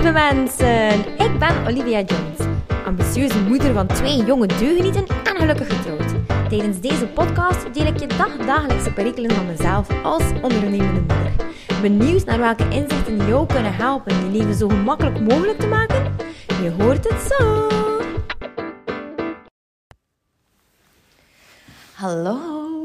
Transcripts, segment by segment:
lieve mensen, ik ben Olivia Jones, ambitieuze moeder van 2 jonge deugnieten en gelukkig getrouwd. Tijdens deze podcast deel ik je dagelijkse perikelen van mezelf als ondernemende moeder. Benieuwd naar welke inzichten jou kunnen helpen je leven zo gemakkelijk mogelijk te maken? Je hoort het zo! Hallo!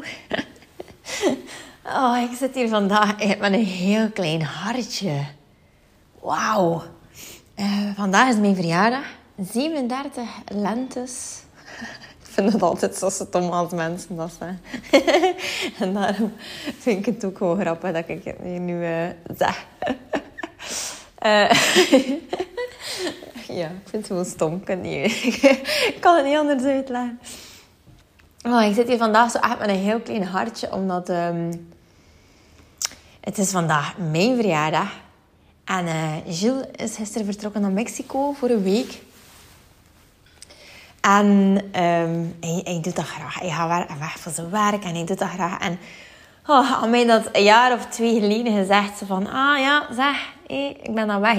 Oh, ik zit hier vandaag met een heel klein hartje. Wauw! Vandaag is mijn verjaardag. 37 lentes. Ik vind het altijd zo stom als mensen dat zeggen. En daarom vind ik het ook gewoon grappig dat ik het hier nu zeg. Ja, ik vind het gewoon stom. Ik kan het niet anders uitleggen. Oh, ik zit hier vandaag zo echt met een heel klein hartje, omdat het is vandaag mijn verjaardag. En Gilles is gisteren vertrokken naar Mexico voor een week. En hij doet dat graag. Hij gaat weg voor zijn werk en hij doet dat graag. En aan mij dat een jaar of 2 geleden gezegd van... ik ben dan weg.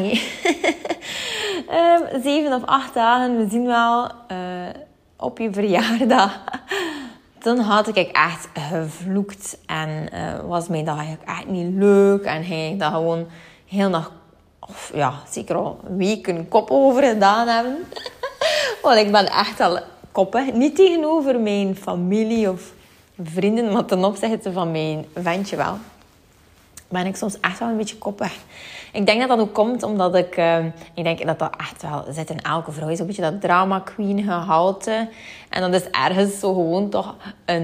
7 of 8 dagen, we zien wel op je verjaardag. Toen had ik echt gevloekt. En was mij dat eigenlijk echt niet leuk. En hij dat gewoon heel nog... zeker al weken kop over gedaan hebben. Want ik ben echt al koppig. Niet tegenover mijn familie of vrienden, maar ten opzichte van mijn ventje wel. Ben ik soms echt wel een beetje koppig. Ik denk dat dat ook komt omdat ik denk dat dat echt wel zit in elke vrouw. Is een beetje dat drama queen gehalte. En dat is ergens zo gewoon toch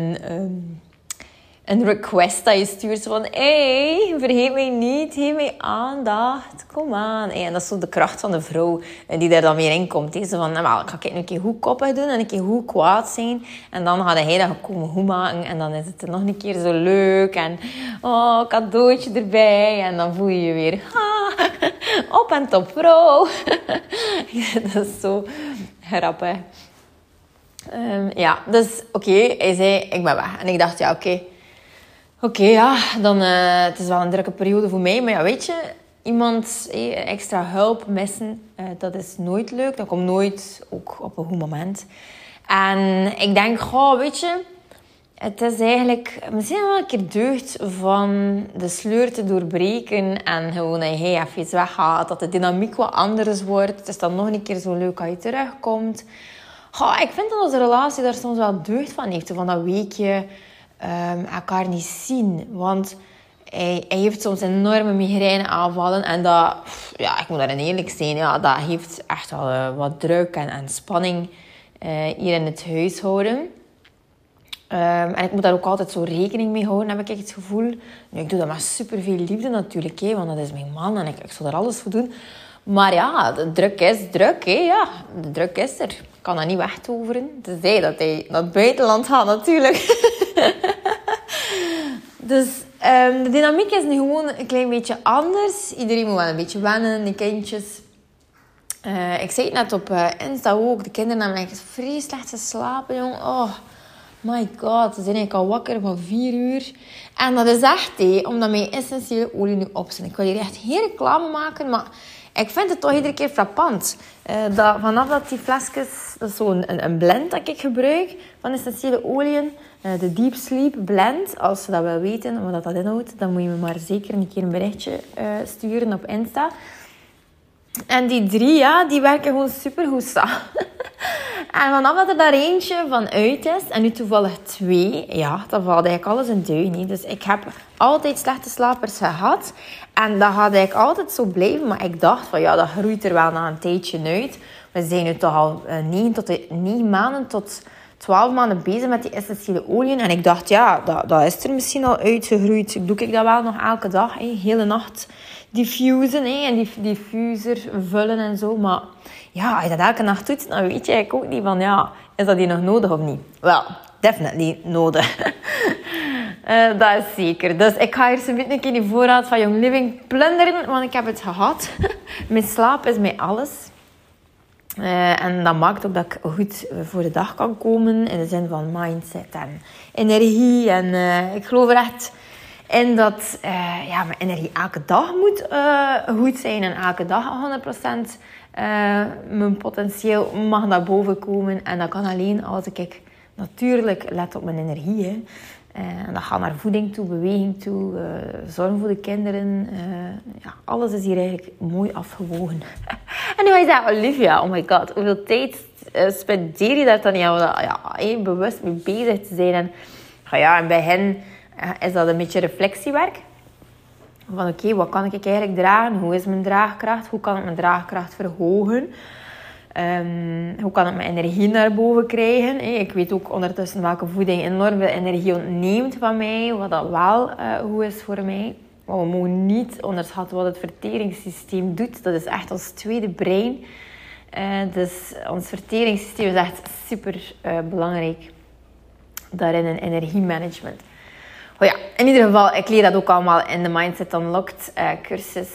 een request dat je stuurt van... Hey, vergeet mij niet. Geef mij aandacht. Kom aan. En dat is zo de kracht van de vrouw die daar dan weer in komt. Zo van, ik ga nu een keer goed koppig doen en een keer goed kwaad zijn. En dan gaat hij dat komen goed maken. En dan is het nog een keer zo leuk. En cadeautje erbij. En dan voel je je weer... op en top vrouw. Dat is zo grappig. Dus oké. Hij zei, ik ben weg. En ik dacht, Oké, dan het is wel een drukke periode voor mij. Maar ja, weet je, iemand extra hulp missen, dat is nooit leuk. Dat komt nooit ook op een goed moment. En ik denk, weet je, het is eigenlijk misschien wel een keer deugd van de sleur te doorbreken. En gewoon dat hij even weggaat, dat de dynamiek wat anders wordt. Het is dan nog een keer zo leuk als je terugkomt. Ik vind dat onze relatie daar soms wel deugd van heeft. Van dat weekje... elkaar niet zien. Want hij heeft soms enorme migraineaanvallen. En dat, ik moet daarin eerlijk zijn, dat heeft echt wel wat druk en spanning hier in het huishouden. En ik moet daar ook altijd zo rekening mee houden, heb ik echt het gevoel. Nu, ik doe dat met superveel liefde natuurlijk, want dat is mijn man en ik zal er alles voor doen. Maar ja, de druk is druk, de druk is er. Ik kan dat niet wegtoveren. Tenzij dat hij naar het buitenland gaat, natuurlijk. Dus de dynamiek is nu gewoon een klein beetje anders. Iedereen moet wel een beetje wennen, de kindjes. Ik zei het net op Insta ook. De kinderen hebben echt vreselijk geslapen, jong. Oh my god, ze zijn eigenlijk al wakker van 4 uur. En dat is echt, omdat mijn essentiële olie nu op zijn. Ik wil hier echt geen reclame maken, maar... Ik vind het toch iedere keer frappant. Vanaf dat die flesjes... Dat is zo'n een blend dat ik gebruik. Van essentiële oliën. De Deep Sleep Blend. Als je dat wil weten wat dat inhoudt. Dan moet je me maar zeker een keer een berichtje sturen op Insta. En die 3, die werken gewoon supergoed samen. En vanaf dat er daar eentje van uit is, en nu toevallig 2, dan valt eigenlijk alles in duin. Dus ik heb altijd slechte slapers gehad. En dat gaat eigenlijk altijd zo blijven. Maar ik dacht van, dat groeit er wel na een tijdje uit. We zijn nu toch al 9 maanden tot 12 maanden bezig met die essentiële oliën. En ik dacht, dat is er misschien al uitgegroeid. Doe ik dat wel nog elke dag, hele nacht diffusen en die diffuser vullen en zo. Maar als je dat elke nacht doet, dan weet je eigenlijk ook niet van, is dat hier nog nodig of niet? Wel, definitely nodig. Dat is zeker. Dus ik ga hier zo een keer die voorraad van Young Living plunderen, want ik heb het gehad. Mijn slaap is mij alles. En dat maakt ook dat ik goed voor de dag kan komen. In de zin van mindset en energie. En ik geloof er echt En dat mijn energie elke dag moet goed zijn. En elke dag 100% mijn potentieel mag naar boven komen. En dat kan alleen als ik natuurlijk let op mijn energie. Hè. En dat gaat naar voeding toe, beweging toe, zorgen voor de kinderen. Alles is hier eigenlijk mooi afgewogen. En nu ga je zeggen, Olivia, oh my god, hoeveel tijd spendeer je daar dan niet aan bewust mee bezig te zijn? En en bij hen is dat een beetje reflectiewerk. Van oké, wat kan ik eigenlijk dragen? Hoe is mijn draagkracht? Hoe kan ik mijn draagkracht verhogen? Hoe kan ik mijn energie naar boven krijgen? Ik weet ook ondertussen welke voeding enorm veel energie ontneemt van mij. Wat dat wel goed is voor mij. Maar we mogen niet onderschatten wat het verteringssysteem doet. Dat is echt ons tweede brein. Dus ons verteringssysteem is echt super belangrijk. Daarin een energiemanagement. In ieder geval, ik leer dat ook allemaal in de Mindset Unlocked cursus.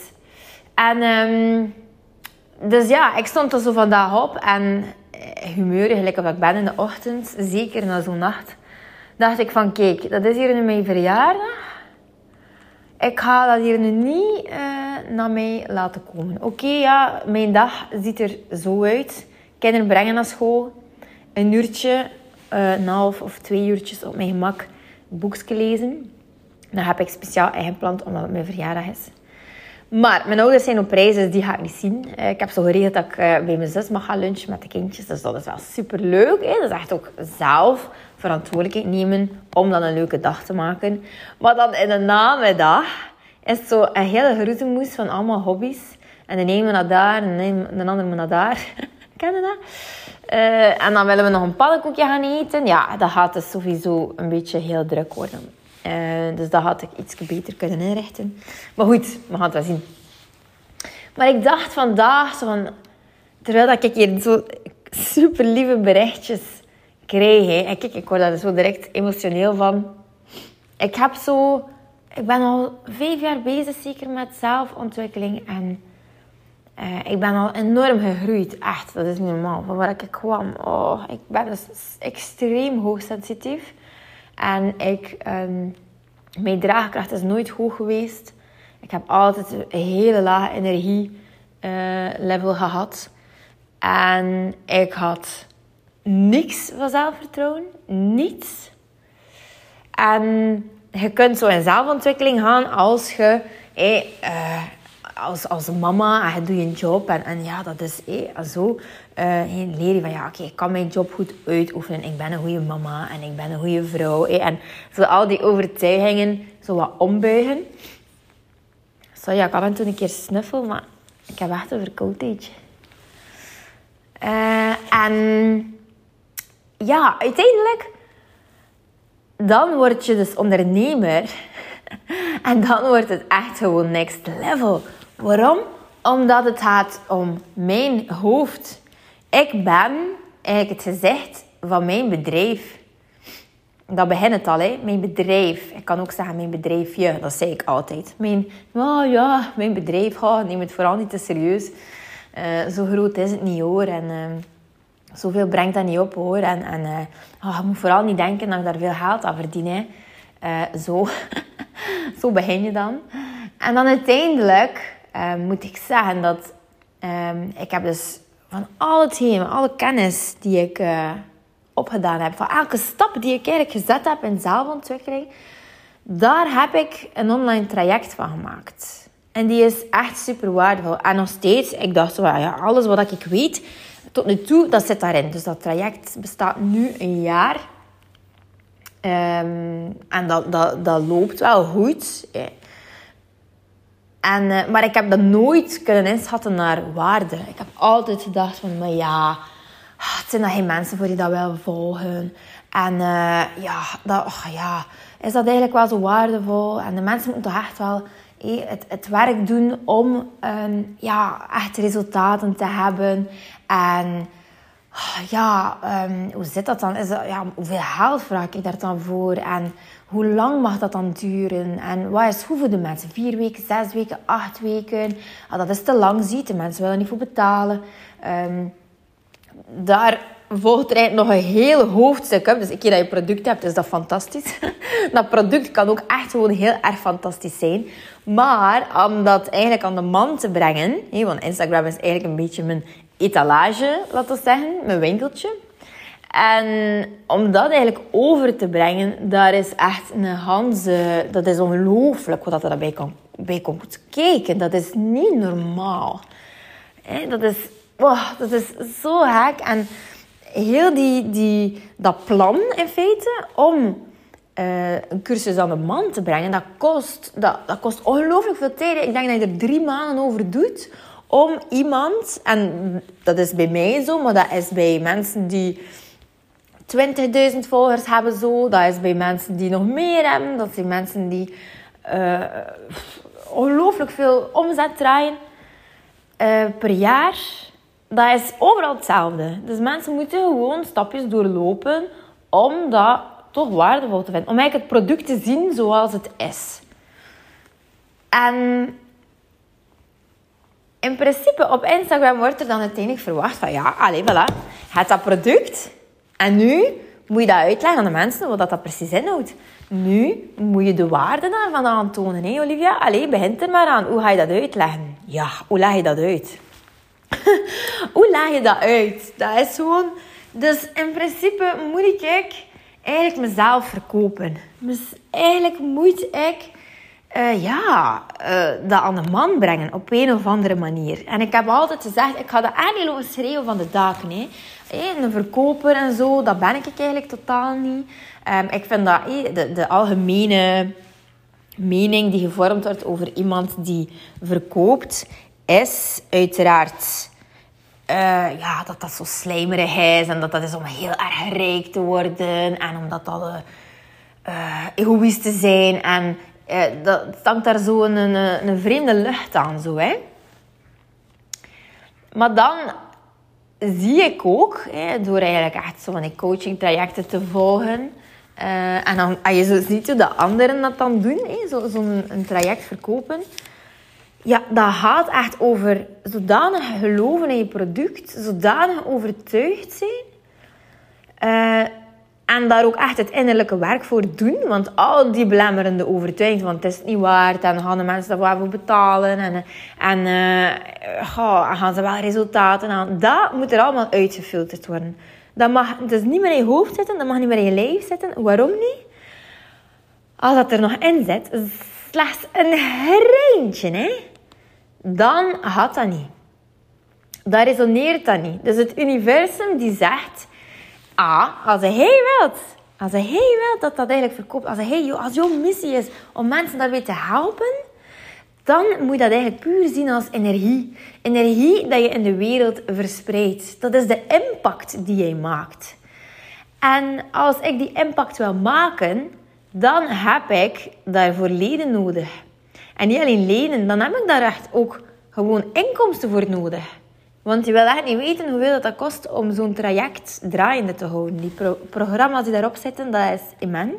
En dus ik stond er zo vandaag op en humeurig, gelijk of ik ben in de ochtend, zeker na zo'n nacht, dacht ik van kijk, dat is hier nu mijn verjaardag. Ik ga dat hier nu niet naar mij laten komen. Mijn dag ziet er zo uit. Kinderen brengen naar school. Een uurtje, een half of 2 uurtjes op mijn gemak boekje lezen. Dat heb ik speciaal ingepland omdat het mijn verjaardag is. Maar mijn ouders zijn op reis, dus die ga ik niet zien. Ik heb zo geregeld dat ik bij mijn zus mag gaan lunchen met de kindjes. Dus dat is wel super leuk. Dat is echt ook zelf verantwoordelijkheid nemen om dan een leuke dag te maken. Maar dan in de namiddag is het zo een hele geroezemoes van allemaal hobby's. En de ene moet naar daar en de andere moet naar daar. Ken je dat? En dan willen we nog een pannenkoekje gaan eten. Ja, dat gaat dus sowieso een beetje heel druk worden. Dus dat had ik iets beter kunnen inrichten. Maar goed, we gaan het wel zien. Maar ik dacht vandaag, terwijl dat ik hier zo super lieve berichtjes krijg. En kijk, ik word daar zo direct emotioneel van. Ik ben al 5 jaar bezig zeker met zelfontwikkeling. En ik ben al enorm gegroeid. Echt, dat is niet normaal. Van waar ik kwam. Ik ben dus extreem hoogsensitief. En mijn draagkracht is nooit hoog geweest. Ik heb altijd een hele lage energielevel gehad. En ik had niks van zelfvertrouwen. Niets. En je kunt zo in zelfontwikkeling gaan als je... Als mama, en je doet je job en dat is zo. Leer je van, ik kan mijn job goed uitoefenen. Ik ben een goede mama en ik ben een goede vrouw. En zo al die overtuigingen zo wat ombuigen. Ik af en toe een keer snuffel, maar ik heb echt een verkoudheidje. Uiteindelijk, dan word je dus ondernemer. En dan wordt het echt gewoon next level. Waarom? Omdat het gaat om mijn hoofd. Ik ben eigenlijk het gezicht van mijn bedrijf. Dat begint het al, hè? Mijn bedrijf. Ik kan ook zeggen mijn bedrijfje. Dat zei ik altijd. Mijn bedrijf. Neem het vooral niet te serieus. Zo groot is het niet, hoor. En zoveel brengt dat niet op, hoor. Je moet vooral niet denken dat ik daar veel geld aan verdien. Zo begin je dan. En dan uiteindelijk moet ik zeggen dat ik heb dus van alle kennis die ik opgedaan heb, van elke stap die ik eigenlijk gezet heb in zelfontwikkeling, daar heb ik een online traject van gemaakt. En die is echt super waardevol. En nog steeds, ik dacht alles wat ik weet tot nu toe, dat zit daarin. Dus dat traject bestaat nu 1 jaar. En dat loopt wel goed. Maar ik heb dat nooit kunnen inschatten naar waarde. Ik heb altijd gedacht van, het zijn dat geen mensen voor die dat wel volgen. En is dat eigenlijk wel zo waardevol? En de mensen moeten toch echt wel het werk doen om echt resultaten te hebben. En hoe zit dat dan? Hoeveel geld vraag ik daar dan voor? En hoe lang mag dat dan duren? En wat is goed voor de mensen? 4 weken, 6 weken, 8 weken? Dat is te lang, ziet. De mensen willen niet voor betalen. Daar volgt er eigenlijk nog een heel hoofdstuk op. Dus een keer dat je product hebt, is dat fantastisch. Dat product kan ook echt gewoon heel erg fantastisch zijn. Maar om dat eigenlijk aan de man te brengen... Want Instagram is eigenlijk een beetje mijn etalage, laten we zeggen. Mijn winkeltje. En om dat eigenlijk over te brengen, daar is echt een Hanze... Dat is ongelooflijk wat er daarbij bij komt kijken. Dat is niet normaal. Dat is zo gek. En heel dat plan in feite om een cursus aan de man te brengen, dat kost ongelooflijk veel tijd. Ik denk dat je er 3 maanden over doet om iemand... En dat is bij mij zo, maar dat is bij mensen die 20.000 volgers hebben zo. Dat is bij mensen die nog meer hebben. Dat zijn mensen die ongelooflijk veel omzet draaien per jaar. Dat is overal hetzelfde. Dus mensen moeten gewoon stapjes doorlopen om dat toch waardevol te vinden. Om eigenlijk het product te zien zoals het is. En in principe op Instagram wordt er dan uiteindelijk verwacht van ja, allez, voilà. Je hebt dat product en nu moet je dat uitleggen aan de mensen wat dat precies inhoudt. Nu moet je de waarde daarvan aantonen. Hè, Olivia? Allee, begint er maar aan. Hoe ga je dat uitleggen? Ja, hoe leg je dat uit? Hoe leg je dat uit? Dat is gewoon... Dus in principe moet ik eigenlijk mezelf verkopen. Dus eigenlijk moet ik dat aan de man brengen op een of andere manier. En ik heb altijd gezegd, ik ga dat echt niet lopen schreeuwen van de daken. Hè. Een verkoper en zo, dat ben ik eigenlijk totaal niet. Ik vind dat de algemene mening die gevormd wordt over iemand die verkoopt, is uiteraard dat zo slijmerig is en dat is om heel erg rijk te worden en om dat egoïst te zijn en dat hangt daar zo een vreemde lucht aan zo, hè. Maar dan zie ik ook, door eigenlijk echt zo van die coaching trajecten te volgen, en dan, als je zo ziet hoe de anderen dat dan doen, zo'n traject verkopen, ja, dat gaat echt over zodanig geloven in je product, zodanig overtuigd zijn, en daar ook echt het innerlijke werk voor doen. Want al die belemmerende overtuiging, want het is niet waard, en gaan de mensen daarvoor betalen, en gaan ze wel resultaten aan. Dat moet er allemaal uitgefilterd worden. Het is niet meer in je hoofd zitten, dat mag niet meer in je lijf zitten. Waarom niet? Als dat er nog in zit, slechts een greintje, hè, dan gaat dat niet. Dat resoneert dat niet. Dus het universum die zegt... als hij wil dat eigenlijk verkoopt, als jouw missie is om mensen daarbij te helpen, dan moet je dat eigenlijk puur zien als energie. Energie dat je in de wereld verspreidt. Dat is de impact die jij maakt. En als ik die impact wil maken, dan heb ik daarvoor leden nodig. En niet alleen leden, dan heb ik daar echt ook gewoon inkomsten voor nodig. Want je wil echt niet weten hoeveel dat kost om zo'n traject draaiende te houden. Die programma's die daarop zitten, dat is immens.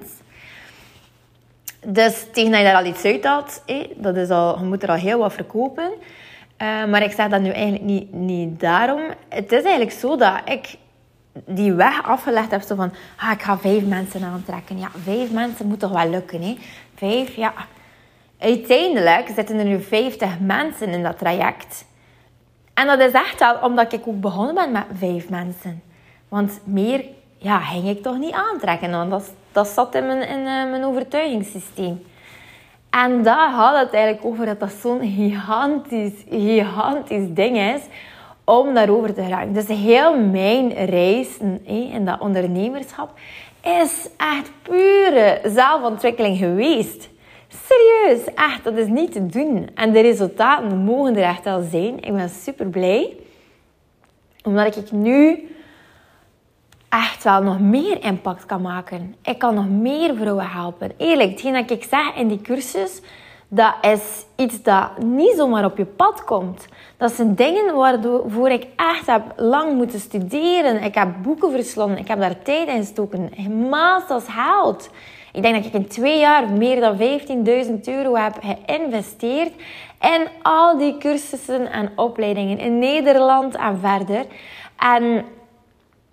Dus tegen dat je daar al iets uithaalt, dat is al, je moet er al heel wat verkopen. Maar ik zeg dat nu eigenlijk niet daarom. Het is eigenlijk zo dat ik die weg afgelegd heb. Zo van, ik ga 5 mensen aantrekken. Ja, 5 mensen moet toch wel lukken. Hè? 5, ja. Uiteindelijk zitten er nu 50 mensen in dat traject. En dat is echt wel omdat ik ook begonnen ben met 5 mensen. Want meer ging ik toch niet aantrekken. Want dat zat in mijn overtuigingssysteem. En daar gaat het eigenlijk over dat zo'n gigantisch ding is om daarover te geraken. Dus heel mijn reis in dat ondernemerschap is echt pure zelfontwikkeling geweest. Serieus, echt, dat is niet te doen. En de resultaten mogen er echt wel zijn. Ik ben super blij. Omdat ik nu echt wel nog meer impact kan maken. Ik kan nog meer vrouwen helpen. Eerlijk, hetgeen dat ik zeg in die cursus, dat is iets dat niet zomaar op je pad komt. Dat zijn dingen waarvoor ik echt heb lang moeten studeren. Ik heb boeken verslonden. Ik heb daar tijd in gestoken. Maals als geld. Ik denk dat ik in 2 jaar meer dan €15.000 heb geïnvesteerd in al die cursussen en opleidingen in Nederland en verder. En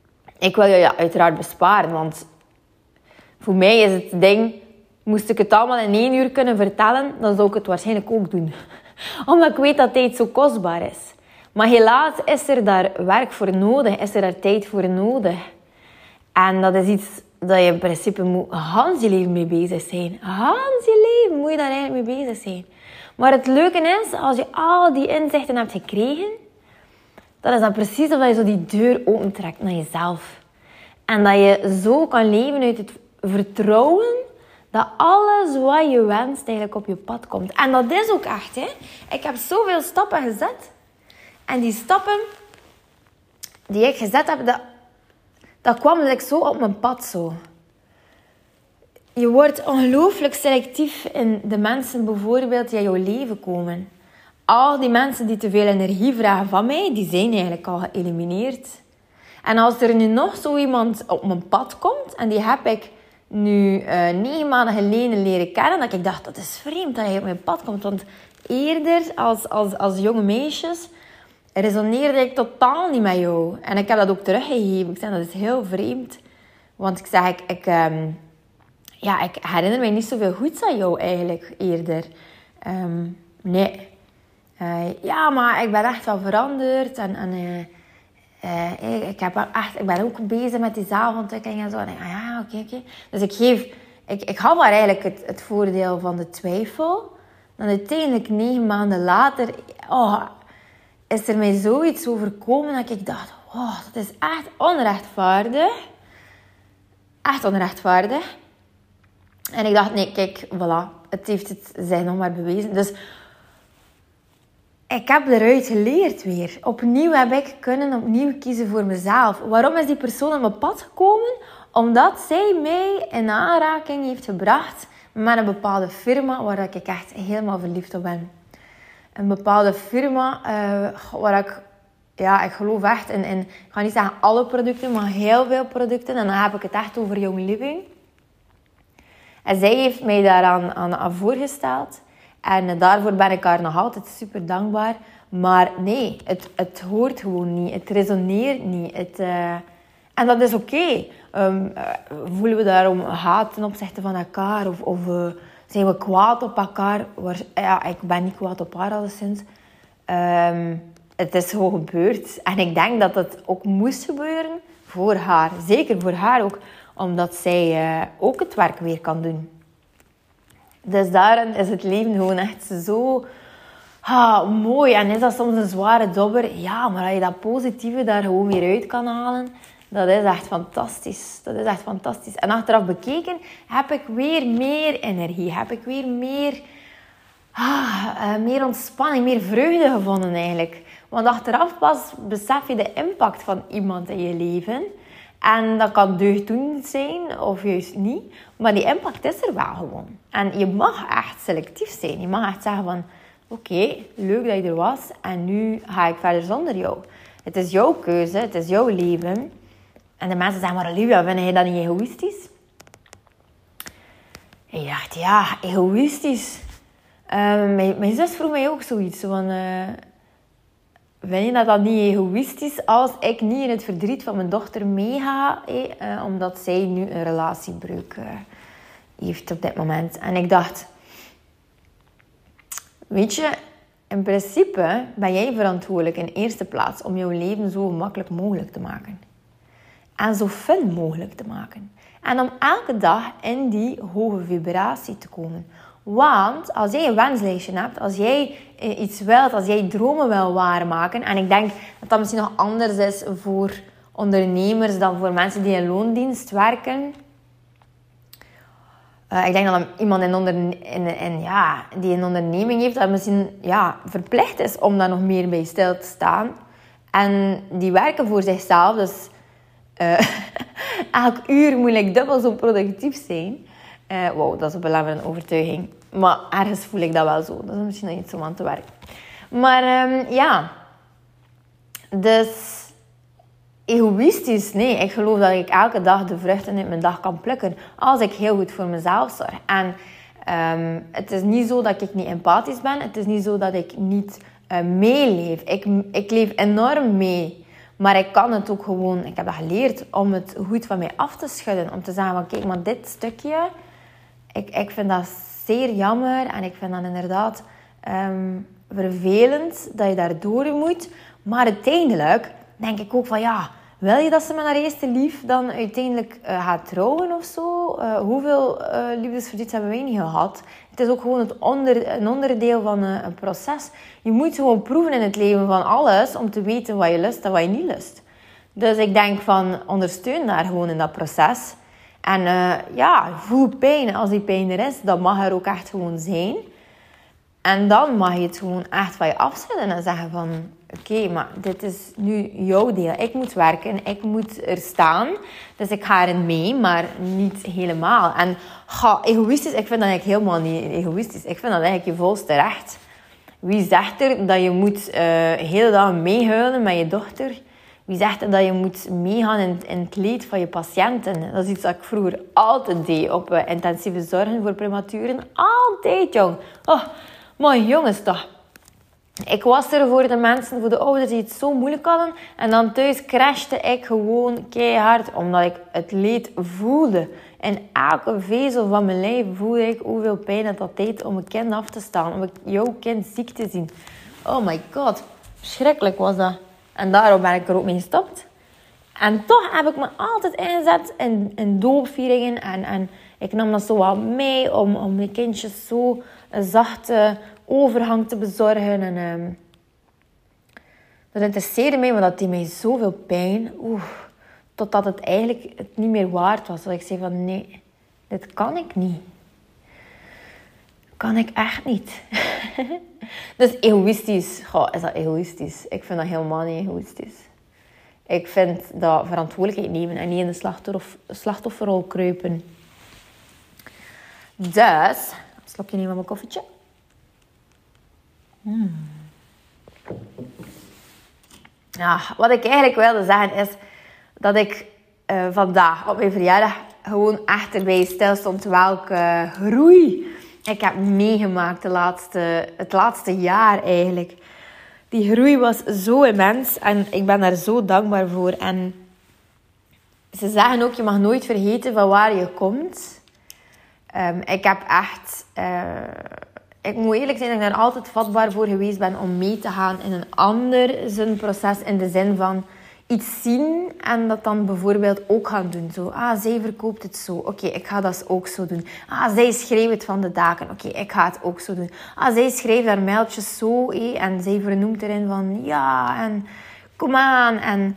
ik wil je uiteraard besparen. Want voor mij is het ding... Moest ik het allemaal in 1 uur kunnen vertellen, dan zou ik het waarschijnlijk ook doen. Omdat ik weet dat tijd zo kostbaar is. Maar helaas is er daar werk voor nodig. Is er daar tijd voor nodig. En dat is iets dat je in principe moet Hans je leven mee bezig zijn. Hans je leven moet je daar eigenlijk mee bezig zijn. Maar het leuke is, als je al die inzichten hebt gekregen, dat is dan precies of je zo die deur opentrekt naar jezelf. En dat je zo kan leven uit het vertrouwen dat alles wat je wenst eigenlijk op je pad komt. En dat is ook echt, hè. Ik heb zoveel stappen gezet. En die stappen die ik gezet heb, dat kwam like zo op mijn pad zo. Je wordt ongelooflijk selectief in de mensen bijvoorbeeld die in jouw leven komen. Al die mensen die te veel energie vragen van mij, die zijn eigenlijk al geëlimineerd. En als er nu nog zo iemand op mijn pad komt, en die heb ik nu 9 maanden geleden leren kennen, dat ik dacht, dat is vreemd dat hij op mijn pad komt. Want eerder, als jonge meisjes, resoneerde ik totaal niet met jou. En ik heb dat ook teruggegeven. Ik zei, dat is heel vreemd. Want ik zeg, ik herinner mij niet zoveel goeds aan jou eigenlijk eerder. Nee. Maar ik ben echt wel veranderd. Ik ben ook bezig met die zelfontwikkeling en zo. En oké. Dus ik gaf haar eigenlijk het voordeel van de twijfel. Dan uiteindelijk 9 maanden later... is er mij zoiets overkomen dat ik dacht... dat is echt onrechtvaardig. Echt onrechtvaardig. En ik dacht, nee, kijk, voilà. Het heeft het zich nog maar bewezen. Dus ik heb eruit geleerd weer. Opnieuw heb ik kunnen kiezen voor mezelf. Waarom is die persoon op mijn pad gekomen? Omdat zij mij in aanraking heeft gebracht met een bepaalde firma waar ik echt helemaal verliefd op ben. Een bepaalde firma waar ik geloof echt in, ik ga niet zeggen alle producten, maar heel veel producten. En dan heb ik het echt over Young Living. En zij heeft mij daaraan voorgesteld. En daarvoor ben ik haar nog altijd super dankbaar. Maar nee, het hoort gewoon niet. Het resoneert niet. En dat is oké. Voelen we daarom haat ten opzichte van elkaar? Of zijn we kwaad op elkaar? Ik ben niet kwaad op haar alleszins. Het is gewoon gebeurd. En ik denk dat het ook moest gebeuren voor haar. Zeker voor haar ook. Omdat zij ook het werk weer kan doen. Dus daarin is het leven gewoon echt zo mooi. En is dat soms een zware dobber? Ja, maar als je dat positieve daar gewoon weer uit kan halen... Dat is echt fantastisch. Dat is echt fantastisch. En achteraf bekeken heb ik weer meer energie. Heb ik weer meer ontspanning, meer vreugde gevonden eigenlijk. Want achteraf pas besef je de impact van iemand in je leven. En dat kan deugddoend zijn of juist niet. Maar die impact is er wel gewoon. En je mag echt selectief zijn. Je mag echt zeggen van... Oké, leuk dat je er was. En nu ga ik verder zonder jou. Het is jouw keuze. Het is jouw leven. En de mensen zeggen, maar Olivia, vind je dat niet egoïstisch? En ik dacht, ja, egoïstisch. Mijn zus vroeg mij ook zoiets. Van, vind je dat niet egoïstisch als ik niet in het verdriet van mijn dochter meega? Omdat zij nu een relatiebreuk heeft op dit moment. En ik dacht, weet je, in principe ben jij verantwoordelijk in eerste plaats om jouw leven zo gemakkelijk mogelijk te maken. En zo fun mogelijk te maken. En om elke dag in die hoge vibratie te komen. Want als jij een wenslijstje hebt, als jij iets wilt, als jij dromen wil waarmaken. En ik denk dat dat misschien nog anders is voor ondernemers dan voor mensen die in loondienst werken. Ik denk dat iemand die een onderneming heeft, dat misschien verplicht is om daar nog meer bij stil te staan. En die werken voor zichzelf, dus elk uur moet ik dubbel zo productief zijn. Dat is een belemmerende overtuiging. Maar ergens voel ik dat wel zo. Dat is misschien nog iets om aan te werken. Maar dus egoïstisch, nee. Ik geloof dat ik elke dag de vruchten uit mijn dag kan plukken. Als ik heel goed voor mezelf zorg. En het is niet zo dat ik niet empathisch ben. Het is niet zo dat ik niet meeleef. Ik leef enorm mee. Maar ik kan het ook gewoon... Ik heb dat geleerd om het goed van mij af te schudden. Om te zeggen, van, kijk, maar dit stukje... Ik vind dat zeer jammer. En ik vind dat inderdaad vervelend dat je daardoor moet. Maar uiteindelijk denk ik ook van, ja... Wil je dat ze met haar eerste lief dan uiteindelijk gaat trouwen of zo? Hoeveel liefdesverdriet hebben wij niet gehad? Het is ook gewoon een onderdeel van een proces. Je moet gewoon proeven in het leven van alles om te weten wat je lust en wat je niet lust. Dus ik denk van ondersteun daar gewoon in dat proces. En voel pijn als die pijn er is. Dat mag er ook echt gewoon zijn. En dan mag je het gewoon echt van je afzetten en zeggen van... Oké, maar dit is nu jouw deel. Ik moet werken, ik moet er staan. Dus ik ga erin mee, maar niet helemaal. En egoïstisch, ik vind dat eigenlijk helemaal niet egoïstisch. Ik vind dat eigenlijk je volste recht. Wie zegt er dat je moet hele dag meehuilen met je dochter? Wie zegt er dat je moet meegaan in het leed van je patiënten? Dat is iets dat ik vroeger altijd deed op intensieve zorgen voor prematuren. Altijd, jong. Oh, maar jongens toch. Ik was er voor de mensen, voor de ouders die het zo moeilijk hadden. En dan thuis crashte ik gewoon keihard. Omdat ik het leed voelde. In elke vezel van mijn lijf voelde ik hoeveel pijn dat deed om een kind af te staan. Om jouw kind ziek te zien. Oh my god. Verschrikkelijk was dat. En daarom ben ik er ook mee gestopt. En toch heb ik me altijd ingezet in doopvieringen. En ik nam dat zo wat mee om de kindjes zo een zachte overgang te bezorgen. En dat interesseerde mij, maar dat deed mij zoveel pijn. Totdat het eigenlijk het niet meer waard was. Dat ik zei van nee, dit kan ik niet. Kan ik echt niet. Dus egoïstisch. Is dat egoïstisch? Ik vind dat helemaal niet egoïstisch. Ik vind dat verantwoordelijkheid nemen en niet in de slachtofferrol kruipen. Dus, een slokje nemen van mijn koffietje. Ja, wat ik eigenlijk wilde zeggen is dat ik vandaag op mijn verjaardag gewoon echt erbij stil stond welke groei ik heb meegemaakt het laatste jaar eigenlijk. Die groei was zo immens en ik ben daar zo dankbaar voor. En ze zeggen ook, je mag nooit vergeten van waar je komt. Ik heb echt... ik moet eerlijk zijn dat ik daar altijd vatbaar voor geweest ben om mee te gaan in een ander zijn proces. In de zin van iets zien en dat dan bijvoorbeeld ook gaan doen. Zo, zij verkoopt het zo. Oké, ik ga dat ook zo doen. Zij schreef het van de daken. Oké, ik ga het ook zo doen. Zij schreef haar mailtjes zo. En zij vernoemt erin van ja, en kom aan. En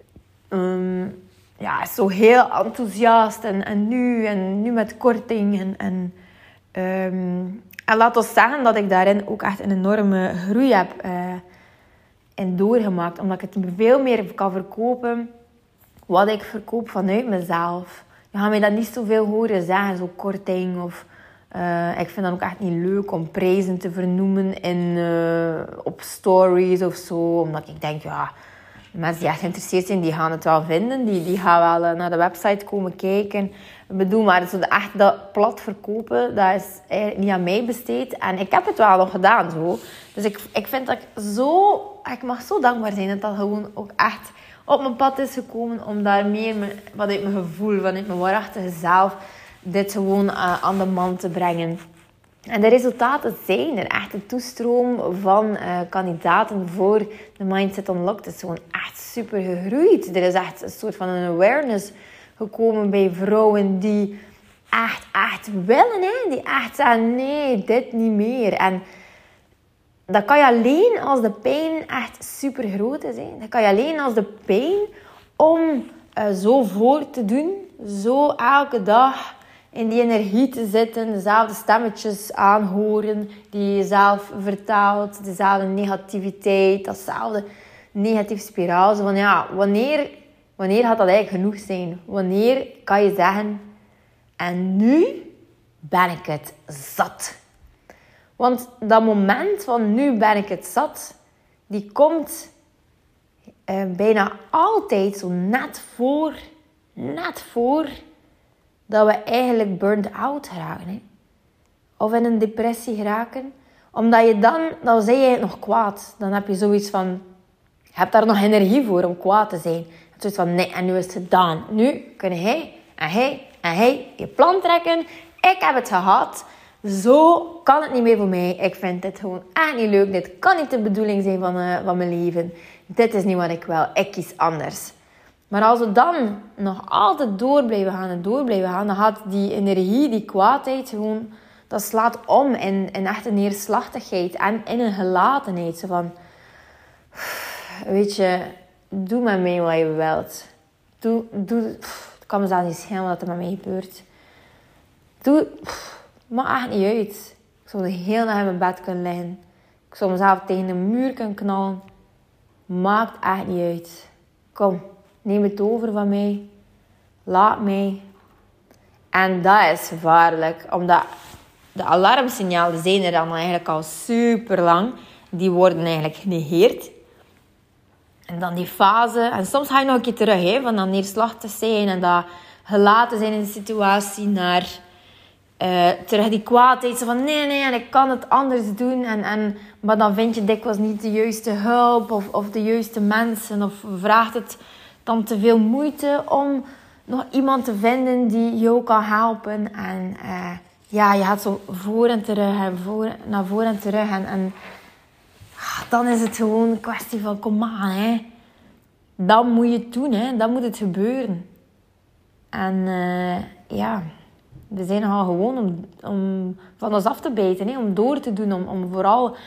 zo heel enthousiast. En nu met korting. En laat ons zeggen dat ik daarin ook echt een enorme groei heb in doorgemaakt. Omdat ik het veel meer kan verkopen wat ik verkoop vanuit mezelf. Je gaat mij dat niet zoveel horen zeggen, zo korting. Of ik vind dat ook echt niet leuk om prijzen te vernoemen op stories of zo. Omdat ik denk, ja, de mensen die echt geïnteresseerd zijn, die gaan het wel vinden. Die gaan wel naar de website komen kijken. Ik bedoel, maar zo echt dat plat verkopen, dat is eigenlijk niet aan mij besteed. En ik heb het wel nog gedaan zo. Dus ik vind dat ik mag zo dankbaar zijn dat dat gewoon ook echt op mijn pad is gekomen. Om daar meer vanuit mijn gevoel, vanuit mijn waarachtige zelf, dit gewoon aan de man te brengen. En de resultaten zijn er. Echt de toestroom van kandidaten voor de Mindset Unlocked is gewoon echt super gegroeid. Er is echt een soort van een awareness gekomen bij vrouwen die echt willen. Hè? Die echt zeggen, nee, dit niet meer. En dat kan je alleen als de pijn echt super groot is. Hè? Dat kan je alleen als de pijn om zo voor te doen. Zo elke dag in die energie te zitten. Dezelfde stemmetjes aanhoren die je jezelf vertaalt. Dezelfde negativiteit. Datzelfde negatieve spiraal. Zo van, ja, wanneer gaat dat eigenlijk genoeg zijn? Wanneer kan je zeggen, en nu ben ik het zat? Want dat moment van nu ben ik het zat, die komt bijna altijd zo net voor dat we eigenlijk burnt out geraken. Hè? Of in een depressie geraken. Omdat je dan zijn je nog kwaad. Dan heb je zoiets van, Je hebt daar nog energie voor om kwaad te zijn. Je hebt zoiets van, nee, en nu is het gedaan. Nu kunnen hij je plan trekken. Ik heb het gehad. Zo kan het niet meer voor mij. Ik vind dit gewoon echt niet leuk. Dit kan niet de bedoeling zijn van mijn leven. Dit is niet wat ik wil. Ik kies anders. Maar als we dan nog altijd door blijven gaan, dan gaat die energie, die kwaadheid gewoon, dat slaat om in echt een neerslachtigheid en in een gelatenheid. Zo van, weet je, doe met mij wat je wilt. Het kan me zelfs niet schelen wat er met mij gebeurt. Maakt echt niet uit. Ik zou de hele dag in mijn bed kunnen liggen. Ik zou mezelf tegen een muur kunnen knallen. Maakt echt niet uit. Kom, neem het over van mij. Laat mij. En dat is gevaarlijk. Omdat de alarmsignalen zijn er dan eigenlijk al super lang. Die worden eigenlijk genegeerd. En dan die fase. En soms ga je nog een keer terug. Hè, van dat neerslachtig zijn. En dat gelaten zijn in de situatie. Naar terug die kwaadheid. Zo van nee. En ik kan het anders doen. Maar dan vind je dikwijls niet de juiste hulp. Of de juiste mensen. Of vraagt het dan te veel moeite om nog iemand te vinden die jou kan helpen. En je gaat zo voor en terug. Naar voor en terug. En dan is het gewoon een kwestie van, kom aan, hè. Dan moet je het doen, hè. Dan moet het gebeuren. En we zijn nogal gewoon om van ons af te bijten, hè. Om door te doen, om vooral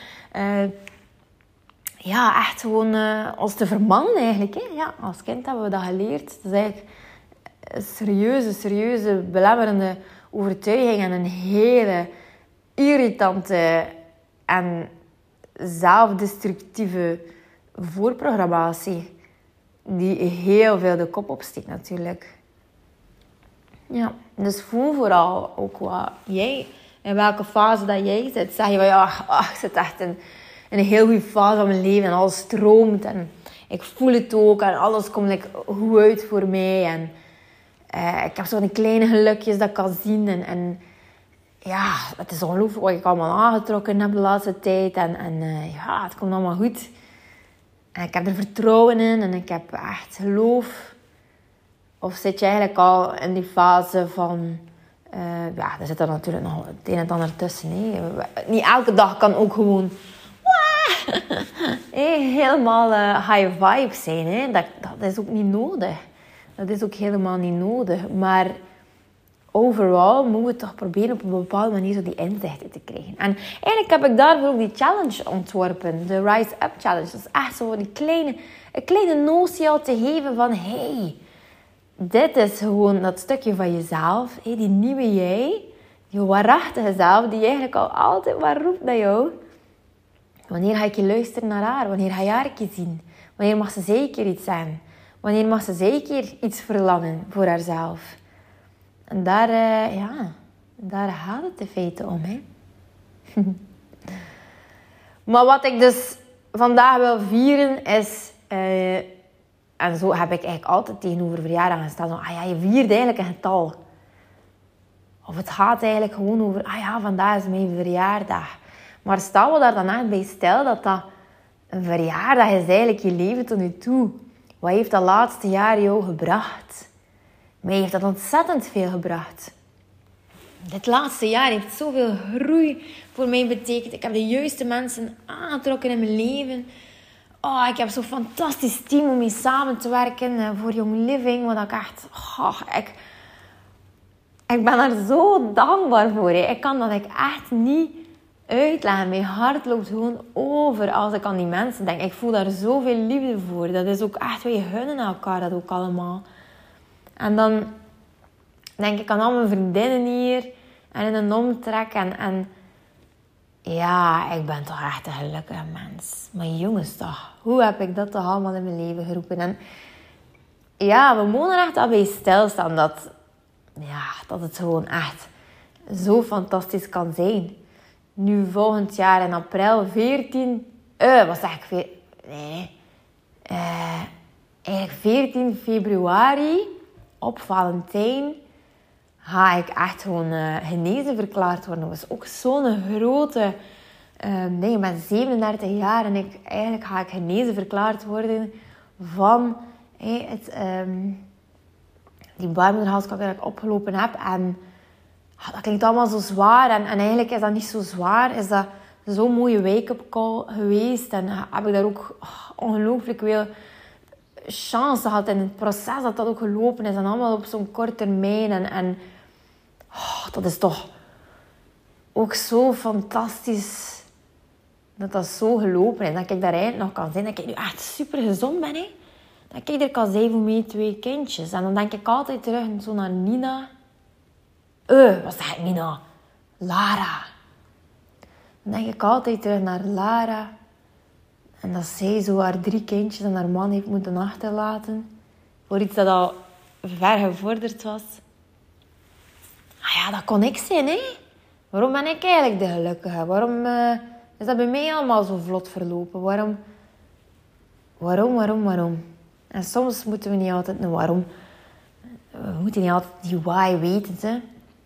echt gewoon ons te vermannen eigenlijk, hè. Ja, als kind hebben we dat geleerd. Dat is eigenlijk een serieuze, belemmerende overtuiging en een hele irritante en zelfdestructieve voorprogrammatie die heel veel de kop opsteekt natuurlijk. Ja, dus voel vooral ook wat jij, in welke fase dat jij zit. Zeg je van ik zit echt in een heel goede fase van mijn leven en alles stroomt en ik voel het ook en alles komt goed uit voor mij en ik heb zo'n kleine gelukjes dat ik kan zien en ja, het is ongelooflijk wat ik allemaal aangetrokken heb de laatste tijd. En het komt allemaal goed. En ik heb er vertrouwen in. En ik heb echt geloof. Of zit je eigenlijk al in die fase van... er zit er natuurlijk nog het een en het ander tussen. Hè. Niet elke dag kan ook gewoon... helemaal high vibes zijn. Hè. Dat is ook niet nodig. Dat is ook helemaal niet nodig. Maar... overal moeten we toch proberen op een bepaalde manier zo die inzichten te krijgen. En eigenlijk heb ik daarvoor ook die challenge ontworpen. De Rise Up Challenge. Dat is echt zo een kleine notie al te geven van... hey, dit is gewoon dat stukje van jezelf. Hey, die nieuwe jij. Die waarachtige zelf. Die eigenlijk al altijd maar roept naar jou. Wanneer ga ik je luisteren naar haar? Wanneer ga je haar een keer zien? Wanneer mag ze zeker iets zijn? Wanneer mag ze zeker iets verlangen voor haarzelf? En daar gaat het in feite om. Hè. Maar wat ik dus vandaag wil vieren is... en zo heb ik eigenlijk altijd tegenover verjaardagen gestaan. Je viert eigenlijk een getal. Of het gaat eigenlijk gewoon over... vandaag is mijn verjaardag. Maar stel we daar dan echt bij stil dat een verjaardag is eigenlijk je leven tot nu toe. Wat heeft dat laatste jaar jou gebracht? Mij heeft dat ontzettend veel gebracht. Dit laatste jaar heeft zoveel groei voor mij betekend. Ik heb de juiste mensen aangetrokken in mijn leven. Ik heb zo'n fantastisch team om mee samen te werken voor Young Living. Wat ik echt... ik ben daar zo dankbaar voor. Hè. Ik kan dat echt niet uitleggen. Mijn hart loopt gewoon over als ik aan die mensen denk. Ik voel daar zoveel liefde voor. Dat is ook echt... wij gunnen elkaar dat ook allemaal. En dan denk ik aan al mijn vriendinnen hier. En in een omtrek. En ik ben toch echt een gelukkige mens. Maar jongens toch. Hoe heb ik dat toch allemaal in mijn leven geroepen? En we moeten er echt al bij stilstaan. Dat het gewoon echt zo fantastisch kan zijn. Nu volgend jaar in april 14 februari... op Valentijn ga ik echt gewoon genezen verklaard worden. Dat was ook zo'n grote Nee, ik ben 37 jaar en eigenlijk ga ik genezen verklaard worden van die baarmoederhalskanker dat ik opgelopen heb. En dat klinkt allemaal zo zwaar. En eigenlijk is dat niet zo zwaar. Is dat zo'n mooie wake-up call geweest. En heb ik daar ook ongelooflijk veel chance gehad in het proces dat ook gelopen is. En allemaal op zo'n korte termijn. En dat is toch ook zo fantastisch dat zo gelopen is. Dat ik daar eigenlijk nog kan zijn. Dat ik nu echt super gezond ben. Hè. Dat ik er kan zijn voor mijn 2 kindjes. En dan denk ik altijd terug zo naar Nina. Wat zeg ik Nina? Lara. Dan denk ik altijd terug naar Lara. En dat zij zo haar 3 kindjes en haar man heeft moeten achterlaten. Voor iets dat al ver gevorderd was. Ja, dat kon ik zijn, hè. Waarom ben ik eigenlijk de gelukkige? Waarom is dat bij mij allemaal zo vlot verlopen? Waarom? En soms moeten we niet altijd een waarom. We moeten niet altijd die why weten, hè.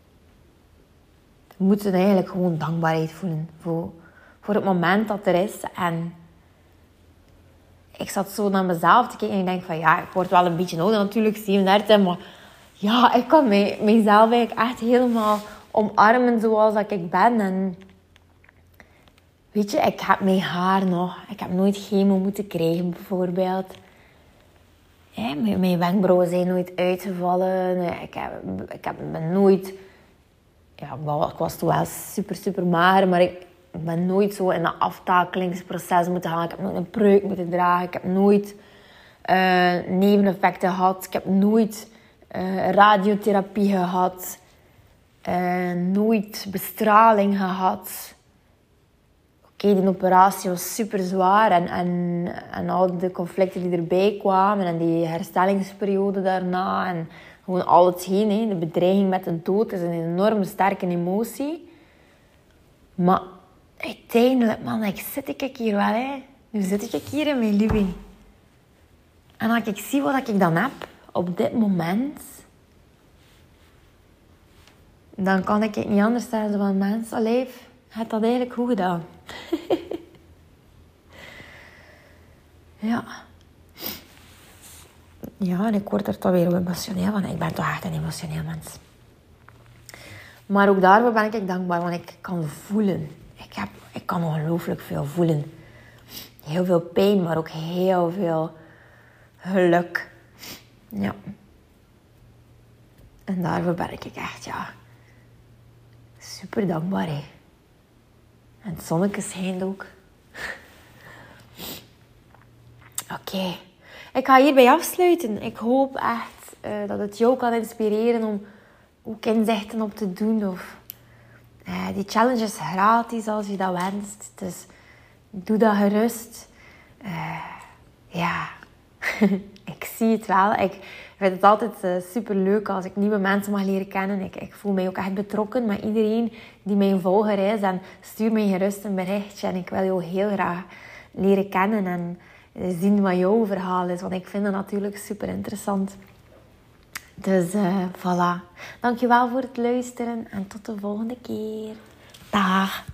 We moeten eigenlijk gewoon dankbaarheid voelen voor het moment dat er is. En ik zat zo naar mezelf te kijken en ik denk van ja, ik word wel een beetje ouder natuurlijk, 37, maar ja, ik kan mijzelf eigenlijk echt helemaal omarmen zoals dat ik ben. En weet je, ik heb mijn haar nog. Ik heb nooit chemo moeten krijgen bijvoorbeeld. Ja, mijn wenkbrauwen zijn nooit uitgevallen. Ik ben nooit... Ja, ik was toen wel super mager, maar ik ben nooit zo in een aftakelingsproces moeten gaan. Ik heb nooit een pruik moeten dragen. Ik heb nooit neveneffecten gehad. Ik heb nooit radiotherapie gehad. Nooit bestraling gehad. Oké, die operatie was super zwaar. En al de conflicten die erbij kwamen. En die herstellingsperiode daarna. En gewoon al hetgeen. Hè. De bedreiging met de dood is een enorm sterke emotie. Maar uiteindelijk, man, zit ik hier wel. Hè. Nu zit ik hier in mijn living. En als ik zie wat ik dan heb op dit moment, dan kan ik het niet anders zeggen dan mensen. Lijf, heb dat eigenlijk goed gedaan. Ja. Ja, en ik word er toch weer emotioneel van. Ik ben toch echt een emotioneel mens. Maar ook daarvoor ben ik dankbaar, want ik kan voelen. Ik kan ongelooflijk veel voelen. Heel veel pijn, maar ook heel veel geluk. Ja. En daarvoor ben ik echt, super dankbaar. Hè. En het zonnetje schijnt ook. Oké. Ik ga hierbij afsluiten. Ik hoop echt dat het jou kan inspireren om ook inzichten op te doen. Of die challenge is gratis als je dat wenst. Dus doe dat gerust. Ik zie het wel. Ik vind het altijd super leuk als ik nieuwe mensen mag leren kennen. Ik voel mij ook echt betrokken met iedereen die mijn volger is. En stuur mij gerust een berichtje. En ik wil jou heel graag leren kennen en zien wat jouw verhaal is. Want ik vind dat natuurlijk super interessant. Dus voilà. Dankjewel voor het luisteren. En tot de volgende keer. Dag.